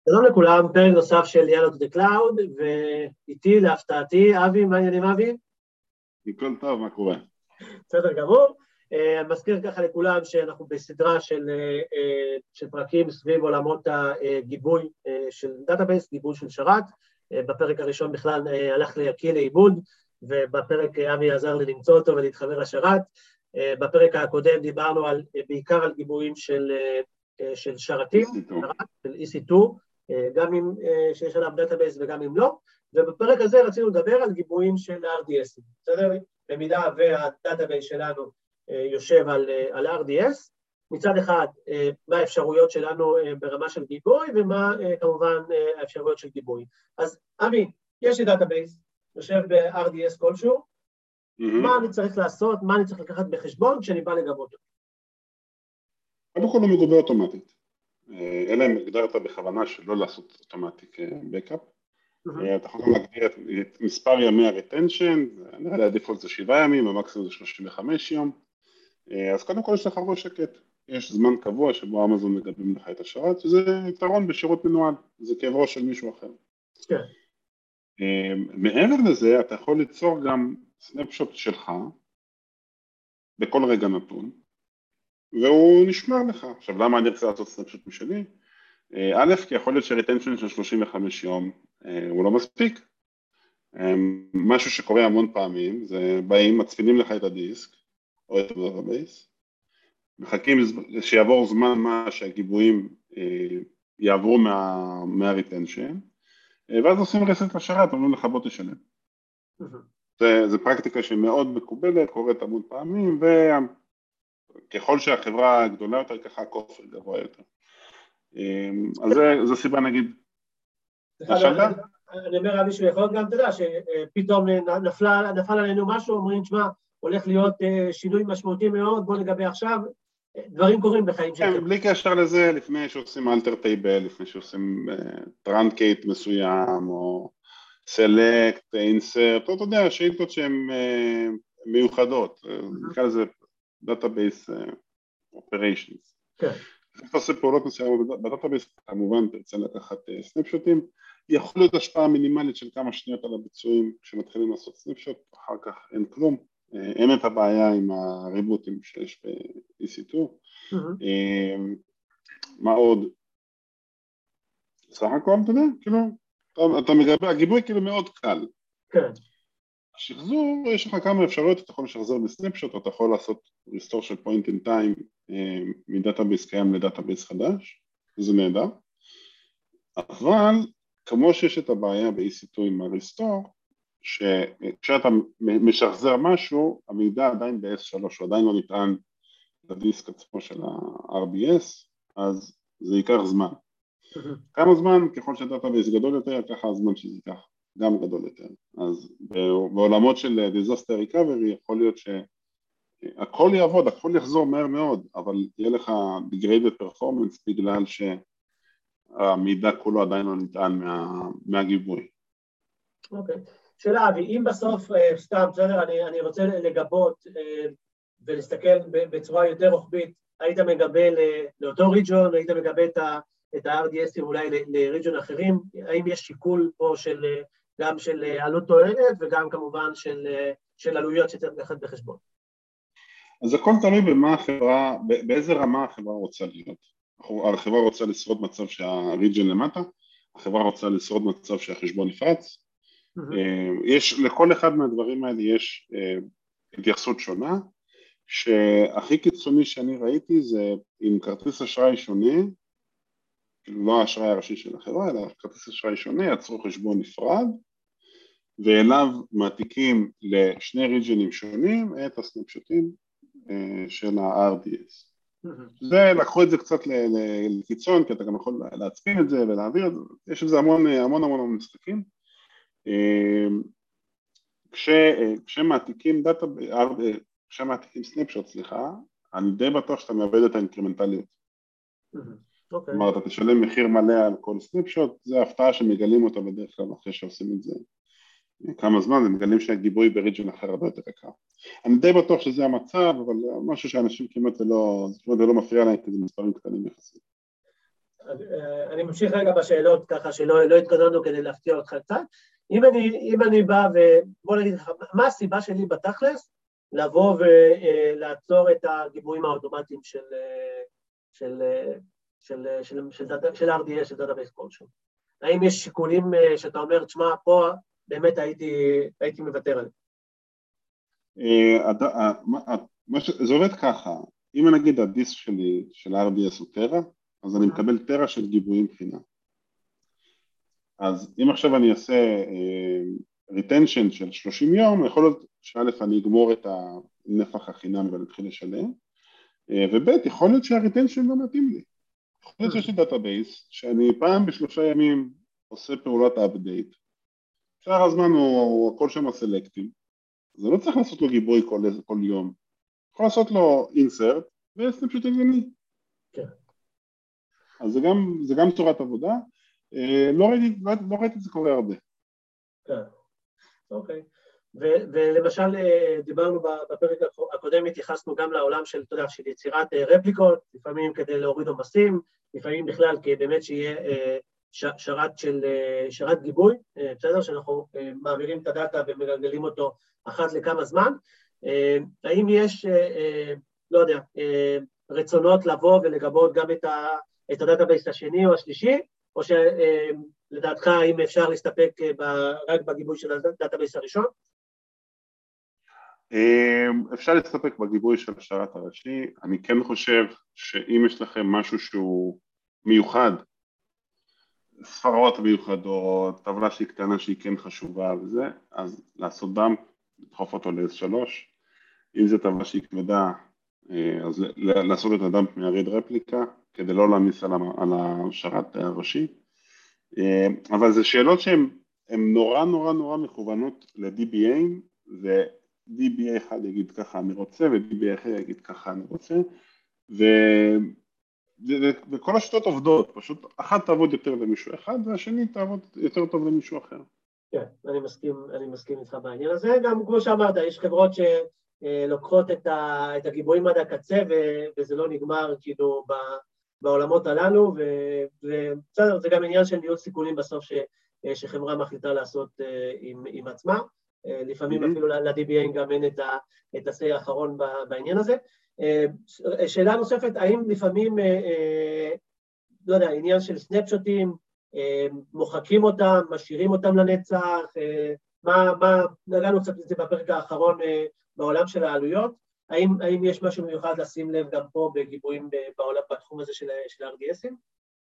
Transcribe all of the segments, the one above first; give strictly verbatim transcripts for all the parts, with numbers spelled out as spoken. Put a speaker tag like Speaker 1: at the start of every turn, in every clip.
Speaker 1: שלום לכולם, פרק נוסף של Yellow to the Cloud, ואיתי להפתעתי, אבי, מה העניינים אבי?
Speaker 2: הכל טוב, מה קורה?
Speaker 1: בסדר גמור. אני מזכיר ככה לכולם שאנחנו בסדרה של, של פרקים סביב עולמות הגיבוי של דאטאבייס, גיבוי של שרת. בפרק הראשון בכלל הלך ליקי לאיבוד, ובפרק אבי עזר לי למצוא אותו ולהתחבר לשרת. בפרק הקודם דיברנו על, בעיקר על גיבויים של, של שרתים, של אי סי טו, גם אם שיש עליו דאטאבייס וגם אם לא, ובפרק הזה רצינו לדבר על גיבויים של אר די אס, בסדר? במידה והדאטאבייס שלנו יושב על, על אר די אס, מצד אחד מה האפשרויות שלנו ברמה של גיבוי, ומה כמובן האפשרויות של גיבוי. אז אבי, יש לי דאטאבייס, יושב ב-אר די אס כלשהו, mm-hmm. מה אני צריך לעשות, מה אני צריך לקחת בחשבון כשאני בא לגבות אותו?
Speaker 2: קודם כל הוא מגובה אוטומטית. אלא אם הגדרת בכוונה שלא לעשות אוטומטיק בקאפ. אתה יכול גם להגדיר את מספר ימי הריטנשן, נראה לי הדיפולט זה שבעה ימים, המקסימום זה שלושים וחמישה יום. אז קודם כל יש לך ראש שקט. יש זמן קבוע שבו אמזון מגבים לך את השרת, שזה יתרון בשירות מנוהל, זה כאב ראש של מישהו אחר.
Speaker 1: כן.
Speaker 2: מעבר לזה, אתה יכול ליצור גם סנפשוט שלך, בכל רגע נתון, והוא נשמר לך. עכשיו, למה אני רוצה לעשות סנפשוט משלי? א', כי יכול להיות שריטנשן של שלושים וחמישה יום הוא לא מספיק. משהו שקורה המון פעמים, זה באים, מצפינים לך את הדיסק, או את הדאטאבייס, מחכים שיעבור זמן מה שהגיבויים יעברו מה, מהריטנשן, ואז עושים רסט לשרת, אומרים לך בוא תשלם. זה, זה פרקטיקה שמאוד מקובלת, קורית המון פעמים, וככל שהחברה גדולה יותר, ככה הכופר גבוה יותר. אז זו סיבה נגיד.
Speaker 1: אני אומר אבי שהוא יכול להיות גם, אתה יודע, שפתאום נפל עלינו משהו, אומרים, תשמע, הולך להיות שינוי משמעותי מאוד, בוא נגבי עכשיו, דברים קורים בחיים שלכם.
Speaker 2: כן, בלי קשר לזה, לפני שעושים אלטר טייבל, לפני שעושים טרנקייט מסוים, או סלקט, אינסרט, אתה יודע, שאילתות שהן מיוחדות, נקרא לזה דאטאבייס אופריישנס.
Speaker 1: כן.
Speaker 2: אתה עושה פעולות מסוימות בדאטאבייס, כמובן תרצה לקחת סנפשוטים, יכול להיות השפעה מינימלית של כמה שניות על הביצועים כשמתחילים לעשות סנפשוט, אחר כך אין כלום, אין את הבעיה עם הריבוטים שיש ב-אי סי טו. מה עוד? סך הכל, אתה יודע, כאילו, אתה מגבה, הגיבוי כאילו מאוד קל.
Speaker 1: כן.
Speaker 2: שחזור, יש לך כמה אפשרויות, אתה יכול לשחזר בסנפשוט, או אתה יכול לעשות ריסטור של point in time מדאטאבייס קיים לדאטאבייס חדש, זה נהדר. אבל, כמו שיש את הבעיה ב-אי סי טו עם הריסטור, שכשאתה משחזר משהו, המידע עדיין ב-אס שלוש, הוא עדיין לא נטען לדיסק עצמו של ה-אר בי אס, אז זה ייקח זמן. כמה זמן, ככל שהדאטאבייס גדול יותר, ככה הזמן שזה ייקח גם גדול יותר. אז בעולמות של disaster recovery יכול להיות שהכל יעבוד, הכל יחזור מהר מאוד, אבל יהיה לך degraded performance בגלל שהמידע כולו עדיין לא נטען מה, מהגיבוי.
Speaker 1: אוקיי. שאלה, ואם בסוף, סתם, בסדר, אני, אני רוצה לגבות ולהסתכל בצורה יותר רוחבית, היית מגבה לאותו ריג'ון, היית מגבה את ה-אר די אס אולי לריג'ון אחרים, האם יש שיקול פה של, גם של עלות תועלת וגם כמובן של, של עלויות שצריך לקחת בחשבון?
Speaker 2: אז הכל תלוי במה החברה, באיזה רמה החברה רוצה להיות. החברה רוצה לשרוד מצב שהריג'ון למטה, החברה רוצה לשרוד מצב שהחשבון נפרץ, יש, לכל אחד מהדברים האלה יש התייחסות שונה, שהכי קיצוני שאני ראיתי זה עם כרטיס אשראי שונה, כאילו לא האשראי הראשי של החברה, אלא כרטיס אשראי שונה, יצרו חשבון נפרד, ואליו מעתיקים לשני ריג'נים שונים את הסנפשוטים של ה-אר די אס. זה, לקחו את זה קצת לקיצון, כי אתה גם יכול להצפין את זה ולהעביר את זה, יש את זה המון המון המון משחקים. כשמעתיקים דאטה, כשמעתיקים סנפשוט, סליחה, אני די בטוח שאתה מאבד את האינקרמנטליות. זאת אומרת, אתה תשלם מחיר מלא על כל סנפשוט, זה ההפתעה שמגלים אותה בדרך כלל אחרי שעושים את זה כמה זמן, הם מגלים שהגיבוי בריג'ן אחר הרבה יותר יקר. אני די בטוח שזה המצב, אבל משהו שאנשים כמעט לא, כמעט לא מפריע להם, כי זה מספרים קטנים יחסית.
Speaker 1: אני ממשיך רגע בשאלות ככה שלא לא התקדמנו כדי להפתיע אותך קצת. אם אני, אם אני בא ובוא נגיד לך, מה הסיבה שלי בתכלס לבוא ולעצור את הגיבויים האוטומטיים של, של, של, של, של, של אר די אס, של Database Collection? האם יש שיקולים שאתה אומר, תשמע, פה באמת הייתי, הייתי מוותר עליהם?
Speaker 2: זה עובד ככה, אם נגיד הדיסק שלי של אר די אס הוא טרה, אז אני מקבל טרה של גיבויים חינם. אז אם עכשיו אני אעשה retention של שלושים יום, יכול להיות שא' אני אגמור את הנפח החינם ולהתחיל לשלם, וב' יכול להיות שהretention לא מתאים לי. יכול להיות שיש לי דאטאבייס שאני פעם בשלושה ימים עושה פעולת update, שאר הזמן הוא הכל שם סלקטים, אז אני לא צריך לעשות לו גיבוי כל, כל יום, יכול לעשות לו insert וסנפשוט ענייני.
Speaker 1: כן.
Speaker 2: אז זה גם, זה גם צורת עבודה, לא ראיתי, לא, לא ראיתי את זה קורה הרבה.
Speaker 1: כן, אוקיי. ו- ולמשל דיברנו בפרק הקודם, התייחסנו גם לעולם של, אתה יודע, של יצירת רפליקות, לפעמים כדי להוריד עומסים, לפעמים בכלל כבאמת שיהיה ש- שרת של, שרת גיבוי, בסדר, שאנחנו מעבירים את הדאטה ומגלגלים אותו אחת לכמה זמן. האם יש, לא יודע, רצונות לבוא ולגבות גם את ה- את הדאטאבייס השני או השלישי, או שלדעתך האם אפשר להסתפק רק בגיבוי של הדאטאבייס הראשון?
Speaker 2: אפשר להסתפק בגיבוי של השרת הראשי. אני כן חושב שאם יש לכם משהו שהוא מיוחד, ספרות מיוחדות, טבלה שהיא קטנה שהיא כן חשובה וזה, אז לעשות דאמפ, לדחוף אותו ל-אס שלוש. אם זה טבלה שהיא כבדה, אז לעשות את הדאמפ מהריד רפליקה, כדי לא להמיס על השרת הראשי. אבל זה שאלות שהן נורא נורא נורא מכוונות ל-די בי איי, ו-די בי איי אחד יגיד ככה אני רוצה, ו-די בי איי אחד יגיד ככה אני רוצה, ו... וכל השיטות עובדות, פשוט אחת תעבוד יותר למישהו אחד, והשני תעבוד יותר טוב למישהו אחר.
Speaker 1: כן, אני מסכים, אני מסכים איתך בעניין הזה. גם כמו שאמרת, יש חברות שלוקחות את, ה, את הגיבויים עד הקצה, ו, וזה לא נגמר כאילו ב, בעולמות הללו, ובסדר, זה גם עניין של ניהול סיכונים בסוף ש, שחברה מחליטה לעשות עם, עם עצמה. לפעמים mm-hmm. אפילו ל-די בי איי גם אין את, ה, את הסי האחרון בעניין הזה. שאלה נוספת, האם לפעמים, לא יודע, עניין של סנפשוטים, מוחקים אותם, משאירים אותם לנצח, מה, מה, נגענו קצת לזה בפרק האחרון בעולם של העלויות, האם, האם יש משהו מיוחד לשים לב גם פה בגיבויים בעולם, בתחום הזה של, של אר די אסים?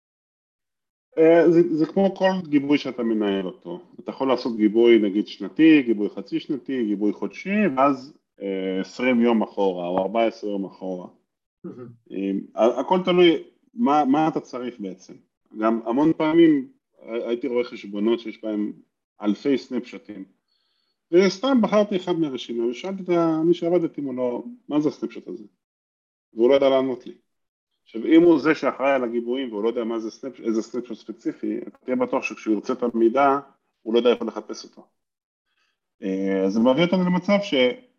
Speaker 2: זה, זה כמו כל גיבוי שאתה מנהל אותו, אתה יכול לעשות גיבוי נגיד שנתי, גיבוי חצי שנתי, גיבוי חודשי, ואז עשרים יום אחורה או ארבעה עשר יום אחורה. הכל תלוי מה, מה אתה צריך בעצם. גם המון פעמים הייתי רואה חשבונות שיש בהם אלפי סנפשוטים, וסתם בחרתי אחד מהרשימה ושאלתי את מי שעבדתי מולו, מה זה הסנפשוט הזה? והוא לא ידע לענות לי. עכשיו, אם הוא זה שאחראי על הגיבויים והוא לא יודע מה זה סנפשוט, איזה סנפשוט ספציפי, תהיה בטוח שכשהוא ירצה את המידע, הוא לא יודע איפה לחפש אותו. אז זה מביא אותנו למצב ש...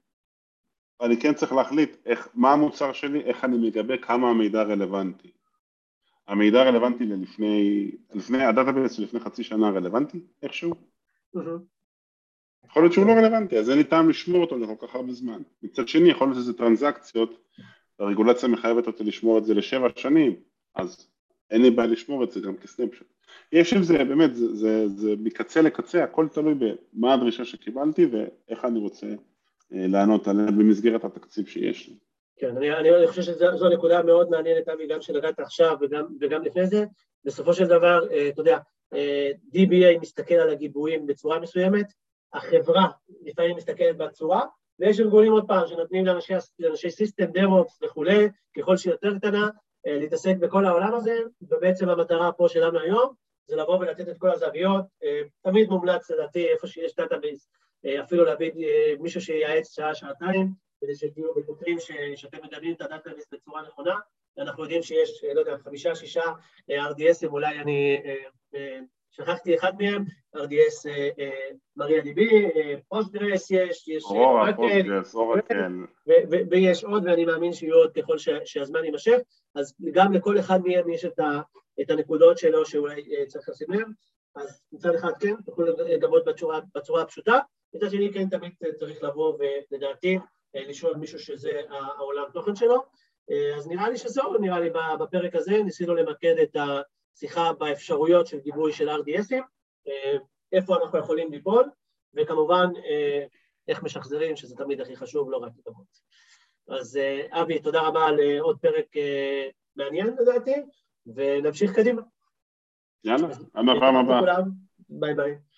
Speaker 2: אני כן צריך להחליט איך, מה המוצר שלי, איך אני מגבה כמה המידע רלוונטי. המידע רלוונטי ללפני, לפני, הדאטאבייס לפני חצי שנה רלוונטי, איכשהו? יכול להיות שהוא לא רלוונטי, אז אין לי טעם לשמור אותו לכל כך הרבה זמן. מצד שני, יכול להיות שזה טרנזקציות, הרגולציה מחייבת אותי לשמור את זה לשבע שנים, אז אין לי בעיה לשמור את זה גם כסנפשוט. יש עם זה, באמת, זה, זה, זה מקצה לקצה, הכל תלוי במה הדרישה שקיבלתי ואיך אני רוצה לענות עליה במסגרת התקציב שיש לי.
Speaker 1: כן, אני, אני חושב שזו נקודה מאוד מעניינת, אבי, גם שנגעת עכשיו וגם, וגם לפני זה. בסופו של דבר, אתה יודע, די בי איי מסתכל על הגיבויים בצורה מסוימת, החברה לפעמים מסתכלת בצורה, ויש ארגונים עוד פעם שנותנים לאנשי, לאנשי סיסטם, דאב-אופס וכולי, ככל שיותר קטנה, להתעסק בכל העולם הזה, ובעצם המטרה פה שלנו היום, זה לבוא ולתת את כל הזוויות, תמיד מומלץ לדעתי איפה שיש דאטאבייס, אפילו להביא מישהו שייעץ שעה, שעתיים, כדי שתהיו בטוחים שאתם מדברים את הדאטאבייס בצורה נכונה. אנחנו יודעים שיש, לא יודע, חמישה, שישה אר די אסים, אולי אני שכחתי אחד מהם, אר די אס מריה די בי, פוסטגרס יש, יש
Speaker 2: אורורה, פוסטגרס, אורקל.
Speaker 1: ויש עוד, ואני מאמין שיהיו עוד ככל שהזמן יימשך, אז גם לכל אחד מהם יש את את הנקודות שלו שאולי צריך לשים לב, אז מצד אחד כן, תוכלו לגבות בצורה, בצורה הפשוטה, מצד שני כן תמיד צריך לבוא ולדעתי לשאול מישהו שזה העולם תוכן שלו, אז נראה לי שזהו, נראה לי בפרק הזה ניסינו למקד את השיחה באפשרויות של גיבוי של אר די אסים, איפה אנחנו יכולים ליפול, וכמובן איך משחזרים, שזה תמיד הכי חשוב, לא רק לגבות. אז אבי, תודה רבה על עוד פרק מעניין לדעתי, ונמשיך קדימה.
Speaker 2: יאללה, עד הפעם הבאה.
Speaker 1: ביי ביי.